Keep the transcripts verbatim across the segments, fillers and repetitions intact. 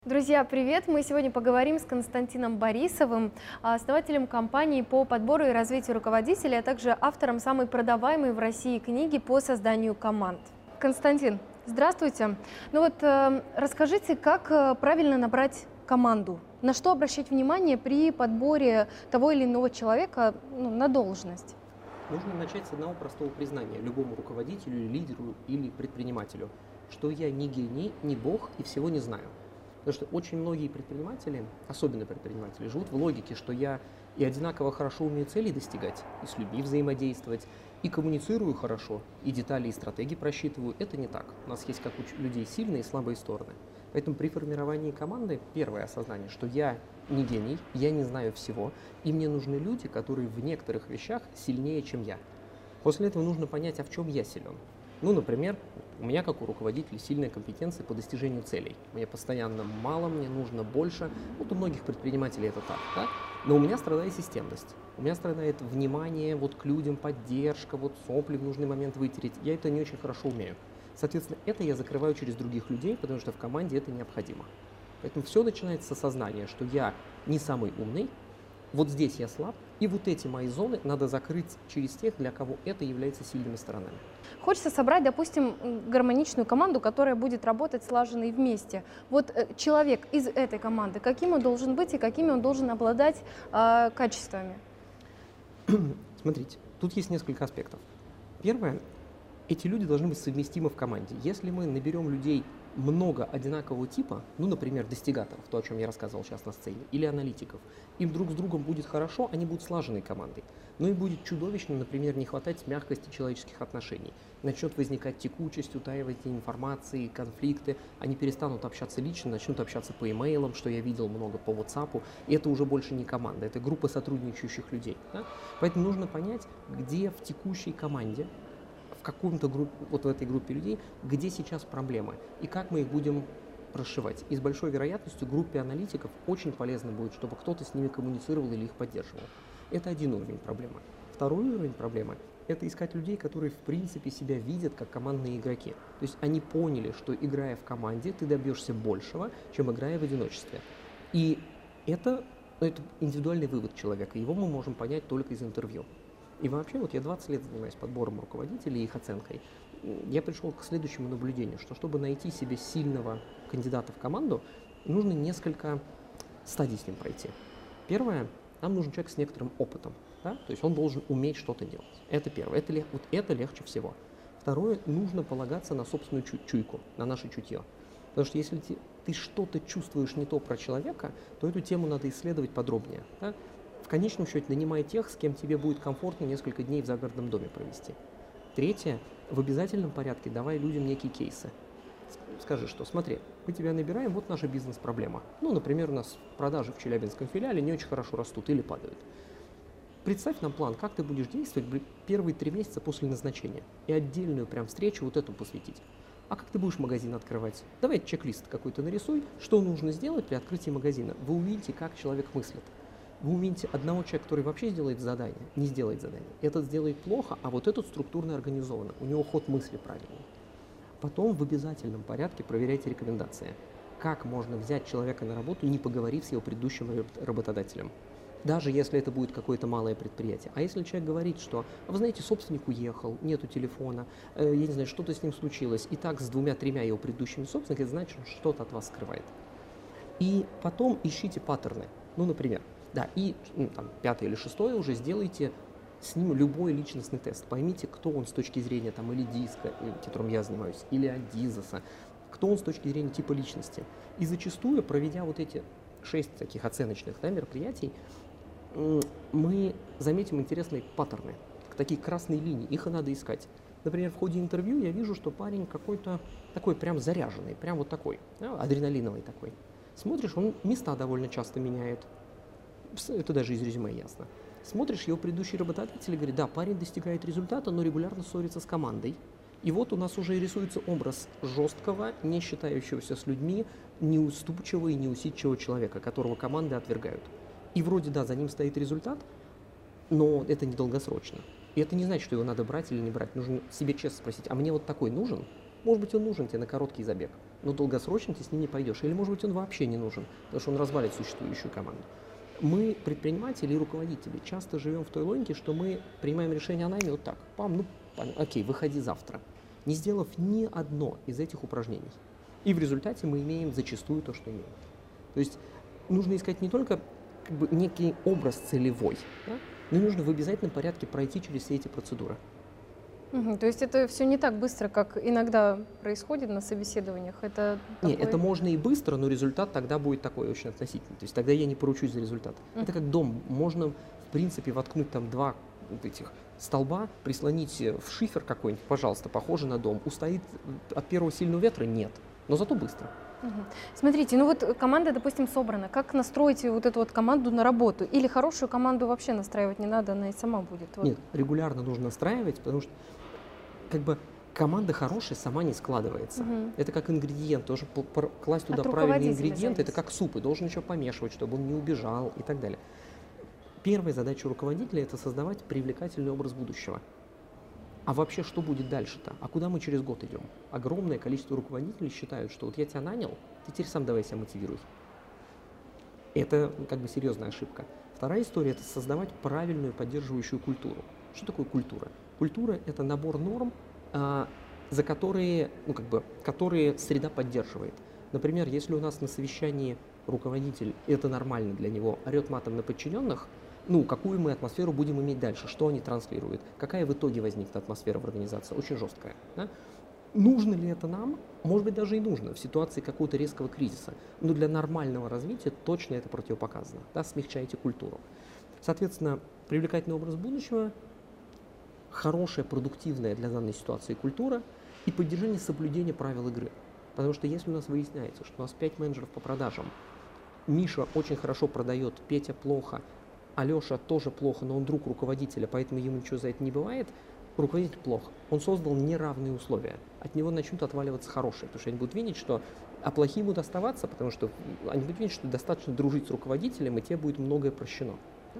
Друзья, привет! Мы сегодня поговорим с Константином Борисовым, основателем компании по подбору и развитию руководителей, а также автором самой продаваемой в России книги по созданию команд. Константин, здравствуйте! Ну вот э, расскажите, как э, правильно набрать команду? На что обращать внимание при подборе того или иного человека ну, на должность? Нужно начать с одного простого признания любому руководителю, лидеру или предпринимателю, что я не гений, не бог и всего не знаю. Потому что очень многие предприниматели, особенно предприниматели, живут в логике, что я и одинаково хорошо умею цели достигать, и с людьми взаимодействовать, и коммуницирую хорошо, и детали и стратегии просчитываю. Это не так. У нас есть как у людей сильные и слабые стороны. Поэтому при формировании команды первое осознание, что я не гений, я не знаю всего, и мне нужны люди, которые в некоторых вещах сильнее, чем я. После этого нужно понять, а в чем я силен. Ну, например, у меня, как у руководителя, сильная компетенция по достижению целей. Мне постоянно мало, мне нужно больше. Вот у многих предпринимателей это так, да? Но у меня страдает системность. У меня страдает внимание вот к людям, поддержка, вот сопли в нужный момент вытереть. Я это не очень хорошо умею. Соответственно, это я закрываю через других людей, потому что в команде это необходимо. Поэтому все начинается с осознания, что я не самый умный, вот здесь я слаб, и вот эти мои зоны надо закрыть через тех, для кого это является сильными сторонами. Хочется собрать, допустим, гармоничную команду, которая будет работать слаженно и вместе. Вот э, человек из этой команды, каким он должен быть и какими он должен обладать э, качествами? Смотрите, тут есть несколько аспектов. Первое, эти люди должны быть совместимы в команде. Если мы наберем людей много одинакового типа, ну, например, достигаторов, то, о чем я рассказывал сейчас на сцене, или аналитиков, им друг с другом будет хорошо, они будут слаженной командой. Но и будет чудовищно, например, не хватать мягкости человеческих отношений. Начнет возникать текучесть, утаивание информации, конфликты, они перестанут общаться лично, начнут общаться по имейлам, что я видел много по WhatsApp, и это уже больше не команда, это группа сотрудничающих людей. Да? Поэтому нужно понять, где в текущей команде, в каком-то группе, вот в этой группе людей, где сейчас проблемы и как мы их будем прошивать. И с большой вероятностью группе аналитиков очень полезно будет, чтобы кто-то с ними коммуницировал или их поддерживал. Это один уровень проблемы. Второй уровень проблемы – это искать людей, которые в принципе себя видят как командные игроки. То есть они поняли, что играя в команде, ты добьешься большего, чем играя в одиночестве. И это, это индивидуальный вывод человека, его мы можем понять только из интервью. И вообще, вот я двадцать лет занимаюсь подбором руководителей и их оценкой. Я пришел к следующему наблюдению, что чтобы найти себе сильного кандидата в команду, нужно несколько стадий с ним пройти. Первое, нам нужен человек с некоторым опытом, да? То есть он должен уметь что-то делать. Это первое, это, вот это легче всего. Второе, нужно полагаться на собственную чу чуйку, на наше чутье. Потому что если ты, ты что-то чувствуешь не то про человека, то эту тему надо исследовать подробнее. Да? В конечном счете, нанимай тех, с кем тебе будет комфортно несколько дней в загородном доме провести. Третье, в обязательном порядке давай людям некие кейсы. Скажи, что смотри, мы тебя набираем, вот наша бизнес-проблема. Ну, например, у нас продажи в Челябинском филиале не очень хорошо растут или падают. Представь нам план, как ты будешь действовать первые три месяца после назначения. И отдельную прям встречу вот эту посвятить. А как ты будешь магазин открывать? Давай чек-лист какой-то нарисуй, что нужно сделать при открытии магазина. Вы увидите, как человек мыслит. Вы увидите одного человека, который вообще сделает задание, не сделает задание. Этот сделает плохо, а вот этот структурно организован. У него ход мысли правильный. Потом в обязательном порядке проверяйте рекомендации. Как можно взять человека на работу, не поговорив с его предыдущим работодателем? Даже если это будет какое-то малое предприятие. А если человек говорит, что, вы знаете, собственник уехал, нету телефона, э, я не знаю, что-то с ним случилось, и так с двумя-тремя его предыдущими собственниками, это значит, что что-то от вас скрывает. И потом ищите паттерны. Ну, например, да, и ну, там, пятое или шестое уже сделайте с ним любой личностный тест. Поймите, кто он с точки зрения там, или диска, которым я занимаюсь, или Адизеса, кто он с точки зрения типа личности. И зачастую, проведя вот эти шесть таких оценочных да, мероприятий, мы заметим интересные паттерны, такие красные линии, их и надо искать. Например, в ходе интервью я вижу, что парень какой-то такой прям заряженный, прям вот такой, да, адреналиновый такой. Смотришь, он места довольно часто меняет. Это даже из резюме ясно. Смотришь, его предыдущий работодатель говорит, да, парень достигает результата, но регулярно ссорится с командой. И вот у нас уже рисуется образ жесткого, не считающегося с людьми, неуступчивого и неусидчивого человека, которого команды отвергают. И вроде, да, за ним стоит результат, но это недолгосрочно. И это не значит, что его надо брать или не брать. Нужно себе честно спросить, а мне вот такой нужен? Может быть, он нужен тебе на короткий забег. но долгосрочно ты с ним не пойдешь. Или, может быть, он вообще не нужен, потому что он развалит существующую команду. Мы, предприниматели и руководители, часто живем в той логике, что мы принимаем решение о найме вот так. Пам, ну, окей, выходи завтра, не сделав ни одно из этих упражнений. И в результате мы имеем зачастую то, что имеем. То есть нужно искать не только как бы, некий образ целевой, да, но и нужно в обязательном порядке пройти через все эти процедуры. Угу, то есть это все не так быстро, как иногда происходит на собеседованиях? Это Нет, такой... это можно и быстро, но результат тогда будет такой очень относительный. То есть тогда я не поручусь за результат. Uh-huh. Это как дом. Можно, в принципе, воткнуть там два вот этих столба, прислонить в шифер какой-нибудь, пожалуйста, похоже на дом. Устоит от первого сильного ветра? Нет. Но зато быстро. Угу. Смотрите, ну вот команда, допустим, собрана. Как настроить вот эту вот команду на работу? Или хорошую команду вообще настраивать не надо, она и сама будет? Вот. Нет, регулярно нужно настраивать, потому что как бы команда хорошая сама не складывается. Угу. Это как ингредиент, тоже класть туда правильные ингредиенты, зависит. Это как суп, и должен еще помешивать, чтобы он не убежал и так далее. Первая задача руководителя – это создавать привлекательный образ будущего. А вообще, что будет дальше-то? А куда мы через год идем? Огромное количество руководителей считают, что вот я тебя нанял, ты теперь сам давай себя мотивируй. Это как бы серьезная ошибка. Вторая история – это создавать правильную поддерживающую культуру. Что такое культура? Культура – это набор норм, а, за которые, ну, как бы, которые среда поддерживает. Например, если у нас на совещании руководитель, это нормально для него, орет матом на подчиненных, ну, какую мы атмосферу будем иметь дальше, что они транслируют, какая в итоге возникнет атмосфера в организации, очень жесткая. Да? Нужно ли это нам? Может быть, даже и нужно в ситуации какого-то резкого кризиса, но для нормального развития точно это противопоказано. Да? Смягчайте культуру. Соответственно, привлекательный образ будущего, хорошая, продуктивная для данной ситуации культура и поддержание соблюдения правил игры. Потому что если у нас выясняется, что у нас пять менеджеров по продажам, Миша очень хорошо продает, Петя плохо, Алеша тоже плохо, но он друг руководителя, поэтому ему ничего за это не бывает, руководитель плох. Он создал неравные условия. От него начнут отваливаться хорошие, потому что они будут видеть, что а плохие будут оставаться, потому что они будут видеть, что достаточно дружить с руководителем, и тебе будет многое прощено.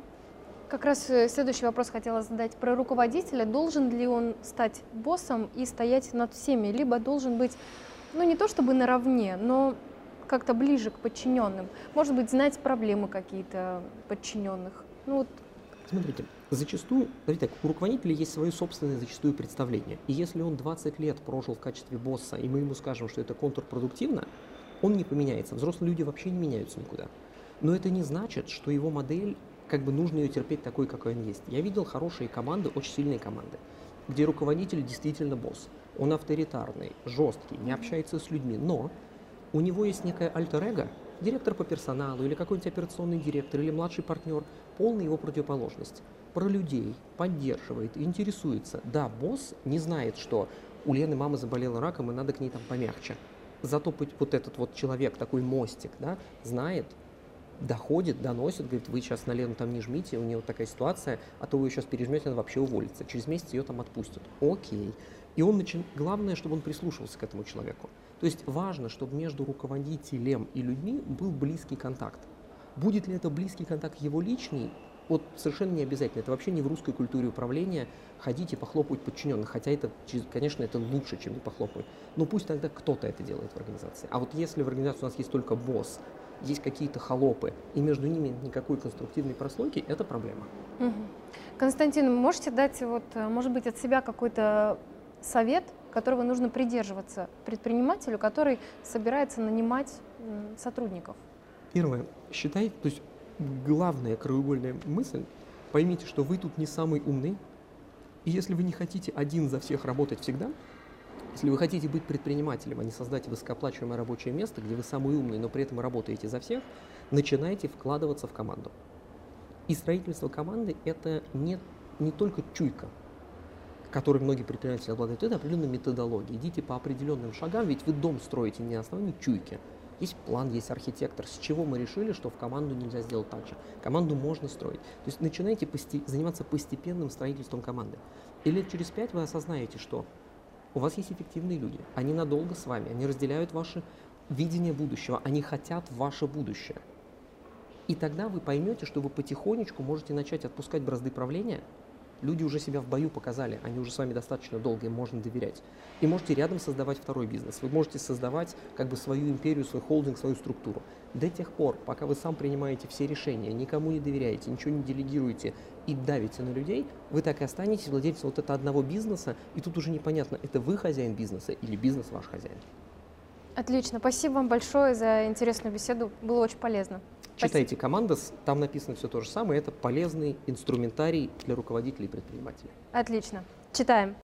Как раз следующий вопрос хотела задать про руководителя. Должен ли он стать боссом и стоять над всеми, либо должен быть, ну не то чтобы наравне, но как-то ближе к подчиненным? Может быть, знать проблемы какие-то подчиненных? Ну, вот. Смотрите, зачастую, смотрите так, у руководителя есть свое собственное зачастую представление. И если он двадцать лет прожил в качестве босса, и мы ему скажем, что это контрпродуктивно, он не поменяется. Взрослые люди вообще не меняются никуда. Но это не значит, что его модель, как бы нужно ее терпеть такой, какой он есть. Я видел хорошие команды, очень сильные команды, где руководитель действительно босс. Он авторитарный, жесткий, не общается с людьми, но у него есть некое альтер-эго, директор по персоналу или какой-нибудь операционный директор или младший партнер, полная его противоположность. Про людей, поддерживает, интересуется. Да, босс не знает, что у Лены мама заболела раком и надо к ней там помягче. Зато вот этот вот человек, такой мостик, да, знает, доходит, доносит, говорит, вы сейчас на Лену там не жмите, у нее вот такая ситуация, а то вы ее сейчас пережмете, она вообще уволится. Через месяц ее там отпустят. Окей. И он начи... главное, чтобы он прислушивался к этому человеку. То есть важно, чтобы между руководителем и людьми был близкий контакт. Будет ли это близкий контакт его личный, вот совершенно не обязательно. Это вообще не в русской культуре управления ходить и похлопывать подчиненных. Хотя это, конечно, это лучше, чем не похлопывать. Но пусть тогда кто-то это делает в организации. А вот если в организации у нас есть только босс, есть какие-то холопы, и между ними никакой конструктивной прослойки, это проблема. Угу. Константин, можете дать, вот, может быть, от себя какой-то совет, которого нужно придерживаться предпринимателю, который собирается нанимать сотрудников? Первое. Считай, то есть главная краеугольная мысль, поймите, что вы тут не самый умный, и если вы не хотите один за всех работать всегда, если вы хотите быть предпринимателем, а не создать высокооплачиваемое рабочее место, где вы самый умный, но при этом работаете за всех, начинайте вкладываться в команду. И строительство команды – это не, не только чуйка, которой многие предприниматели обладают, это определенная методология. Идите по определенным шагам, ведь вы дом строите не на основании чуйки. Есть план, есть архитектор, с чего мы решили, что в команду нельзя сделать так же. Команду можно строить. То есть начинайте пости- заниматься постепенным строительством команды. И лет через пять вы осознаете, что у вас есть эффективные люди, они надолго с вами, они разделяют ваше видение будущего, они хотят ваше будущее. И тогда вы поймете, что вы потихонечку можете начать отпускать бразды правления Люди уже себя в бою показали, они уже с вами достаточно долго, им можно доверять. И можете рядом создавать второй бизнес. Вы можете создавать как бы свою империю, свой холдинг, свою структуру. До тех пор, пока вы сам принимаете все решения, никому не доверяете, ничего не делегируете и давите на людей, вы так и останетесь владельцем вот этого одного бизнеса, и тут уже непонятно, это вы хозяин бизнеса или бизнес ваш хозяин. Отлично. Спасибо вам большое за интересную беседу. Было очень полезно. Читайте «Командос», там написано все то же самое. Это полезный инструментарий для руководителей и предпринимателей. Отлично. Читаем.